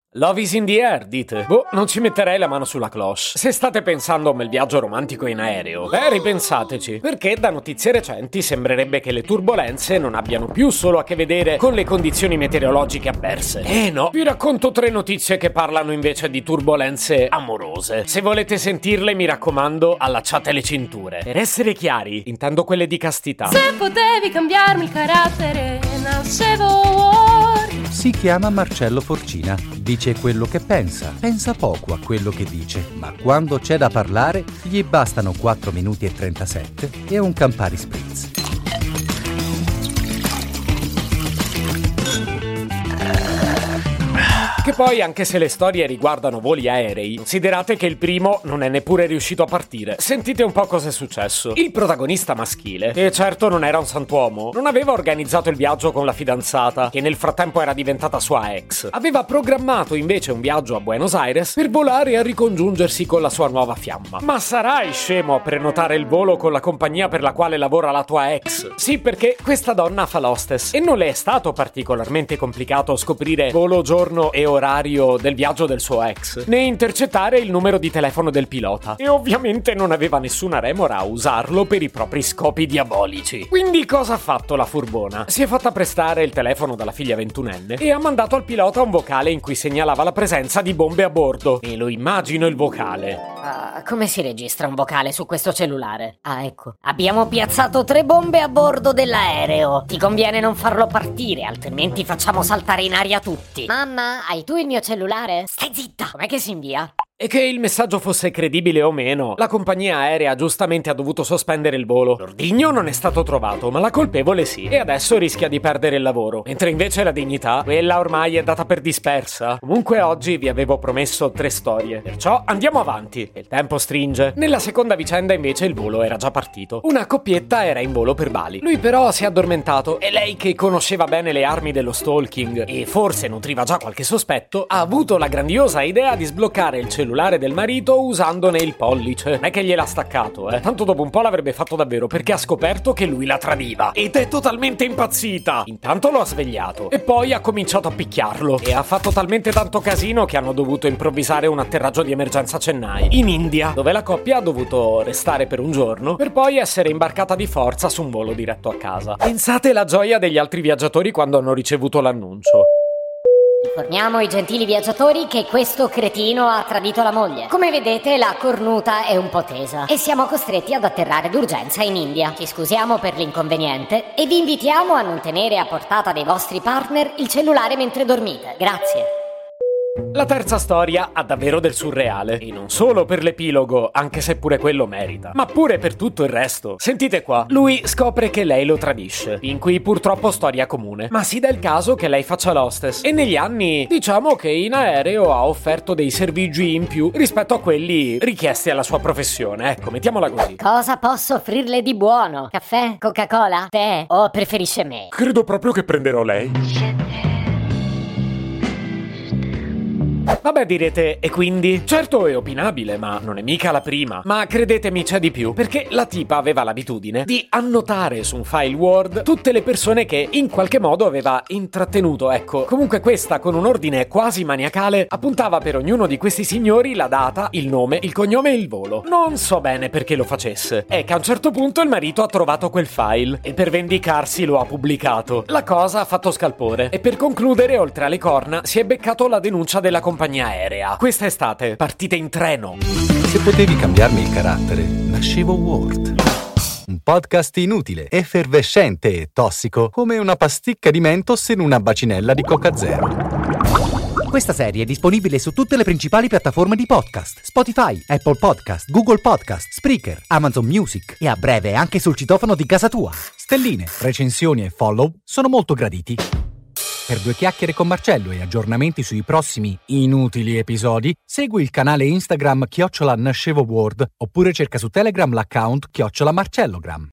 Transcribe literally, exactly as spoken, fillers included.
Love is in the air, dite? Boh, non ci metterei la mano sulla cloche. Se state pensando a un bel viaggio romantico in aereo, beh, ripensateci. Perché da notizie recenti sembrerebbe che le turbolenze non abbiano più solo a che vedere con le condizioni meteorologiche avverse. Eh no, vi racconto tre notizie che parlano invece di turbolenze amorose. Se volete sentirle, mi raccomando, allacciate le cinture. Per essere chiari, intendo quelle di castità. Se potevi cambiarmi il carattere, nascevo Ward. Si chiama Marcello Forcina. Dice quello che pensa, pensa poco a quello che dice, ma quando c'è da parlare gli bastano quattro minuti e trentasette e un Campari Spritz. Che poi, anche se le storie riguardano voli aerei, considerate che il primo non è neppure riuscito a partire. Sentite un po' cosa è successo. Il protagonista maschile, che certo non era un santuomo, non aveva organizzato il viaggio con la fidanzata, che nel frattempo era diventata sua ex. Aveva programmato invece un viaggio a Buenos Aires per volare e ricongiungersi con la sua nuova fiamma. Ma sarai scemo a prenotare il volo con la compagnia per la quale lavora la tua ex? Sì, perché questa donna fa l'hostess e non le è stato particolarmente complicato scoprire volo, giorno e orario del viaggio del suo ex, né intercettare il numero di telefono del pilota, e ovviamente non aveva nessuna remora a usarlo per i propri scopi diabolici. Quindi cosa ha fatto la furbona? Si è fatta prestare il telefono dalla figlia ventunenne e ha mandato al pilota un vocale in cui segnalava la presenza di bombe a bordo. E lo immagino il vocale. Uh, come si registra un vocale su questo cellulare? Ah, ecco. Abbiamo piazzato tre bombe a bordo dell'aereo. Ti conviene non farlo partire, altrimenti facciamo saltare in aria tutti. Mamma, hai tu il mio cellulare? Stai zitta! Com'è che si invia? E che il messaggio fosse credibile o meno, la compagnia aerea giustamente ha dovuto sospendere il volo. L'ordigno non è stato trovato, ma la colpevole sì, e adesso rischia di perdere il lavoro. Mentre invece la dignità, quella ormai è data per dispersa. Comunque oggi vi avevo promesso tre storie, perciò andiamo avanti. Il tempo stringe. Nella seconda vicenda invece il volo era già partito. Una coppietta era in volo per Bali. Lui però si è addormentato e lei, che conosceva bene le armi dello stalking e forse nutriva già qualche sospetto, ha avuto la grandiosa idea di sbloccare il cellulare del marito usandone il pollice. Non è che gliel'ha staccato, eh. Tanto dopo un po' l'avrebbe fatto davvero, perché ha scoperto che lui la tradiva. Ed è totalmente impazzita. Intanto lo ha svegliato e poi ha cominciato a picchiarlo. E ha fatto talmente tanto casino che hanno dovuto improvvisare un atterraggio di emergenza a Chennai, in India, dove la coppia ha dovuto restare per un giorno per poi essere imbarcata di forza su un volo diretto a casa. Pensate la gioia degli altri viaggiatori quando hanno ricevuto l'annuncio. Informiamo i gentili viaggiatori che questo cretino ha tradito la moglie. Come vedete, la cornuta è un po' tesa e siamo costretti ad atterrare d'urgenza in India. Ci scusiamo per l'inconveniente e vi invitiamo a non tenere a portata dei vostri partner il cellulare mentre dormite. Grazie. La terza storia ha davvero del surreale, e non solo per l'epilogo, anche se pure quello merita, ma pure per tutto il resto. Sentite qua, lui scopre che lei lo tradisce, in cui purtroppo storia comune, ma si dà il caso che lei faccia l'hostess, e negli anni diciamo che in aereo ha offerto dei servigi in più rispetto a quelli richiesti alla sua professione, ecco, mettiamola così. Cosa posso offrirle di buono? Caffè? Coca-Cola? Tè? O preferisce me? Credo proprio che prenderò lei. Vabbè, direte, e quindi? Certo è opinabile, ma non è mica la prima. Ma credetemi, c'è di più, perché la tipa aveva l'abitudine di annotare su un file Word tutte le persone che in qualche modo aveva intrattenuto, ecco. Comunque questa, con un ordine quasi maniacale, appuntava per ognuno di questi signori la data, il nome, il cognome e il volo. Non so bene perché lo facesse. È che a un certo punto il marito ha trovato quel file e per vendicarsi lo ha pubblicato. La cosa ha fatto scalpore e per concludere, oltre alle corna, si è beccato la denuncia della compagnia aerea. Quest'estate partite in treno. Se potevi cambiarmi il carattere, nascevo Ward. Un podcast inutile, effervescente e tossico, come una pasticca di Mentos in una bacinella di Coca Zero. Questa serie è disponibile su tutte le principali piattaforme di podcast: Spotify, Apple Podcast, Google Podcast, Spreaker, Amazon Music e a breve anche sul citofono di casa tua. Stelline, recensioni e follow sono molto graditi. Per due chiacchiere con Marcello e aggiornamenti sui prossimi inutili episodi, segui il canale Instagram chiocciola Nascevo Ward oppure cerca su Telegram l'account chiocciola Marcellogram.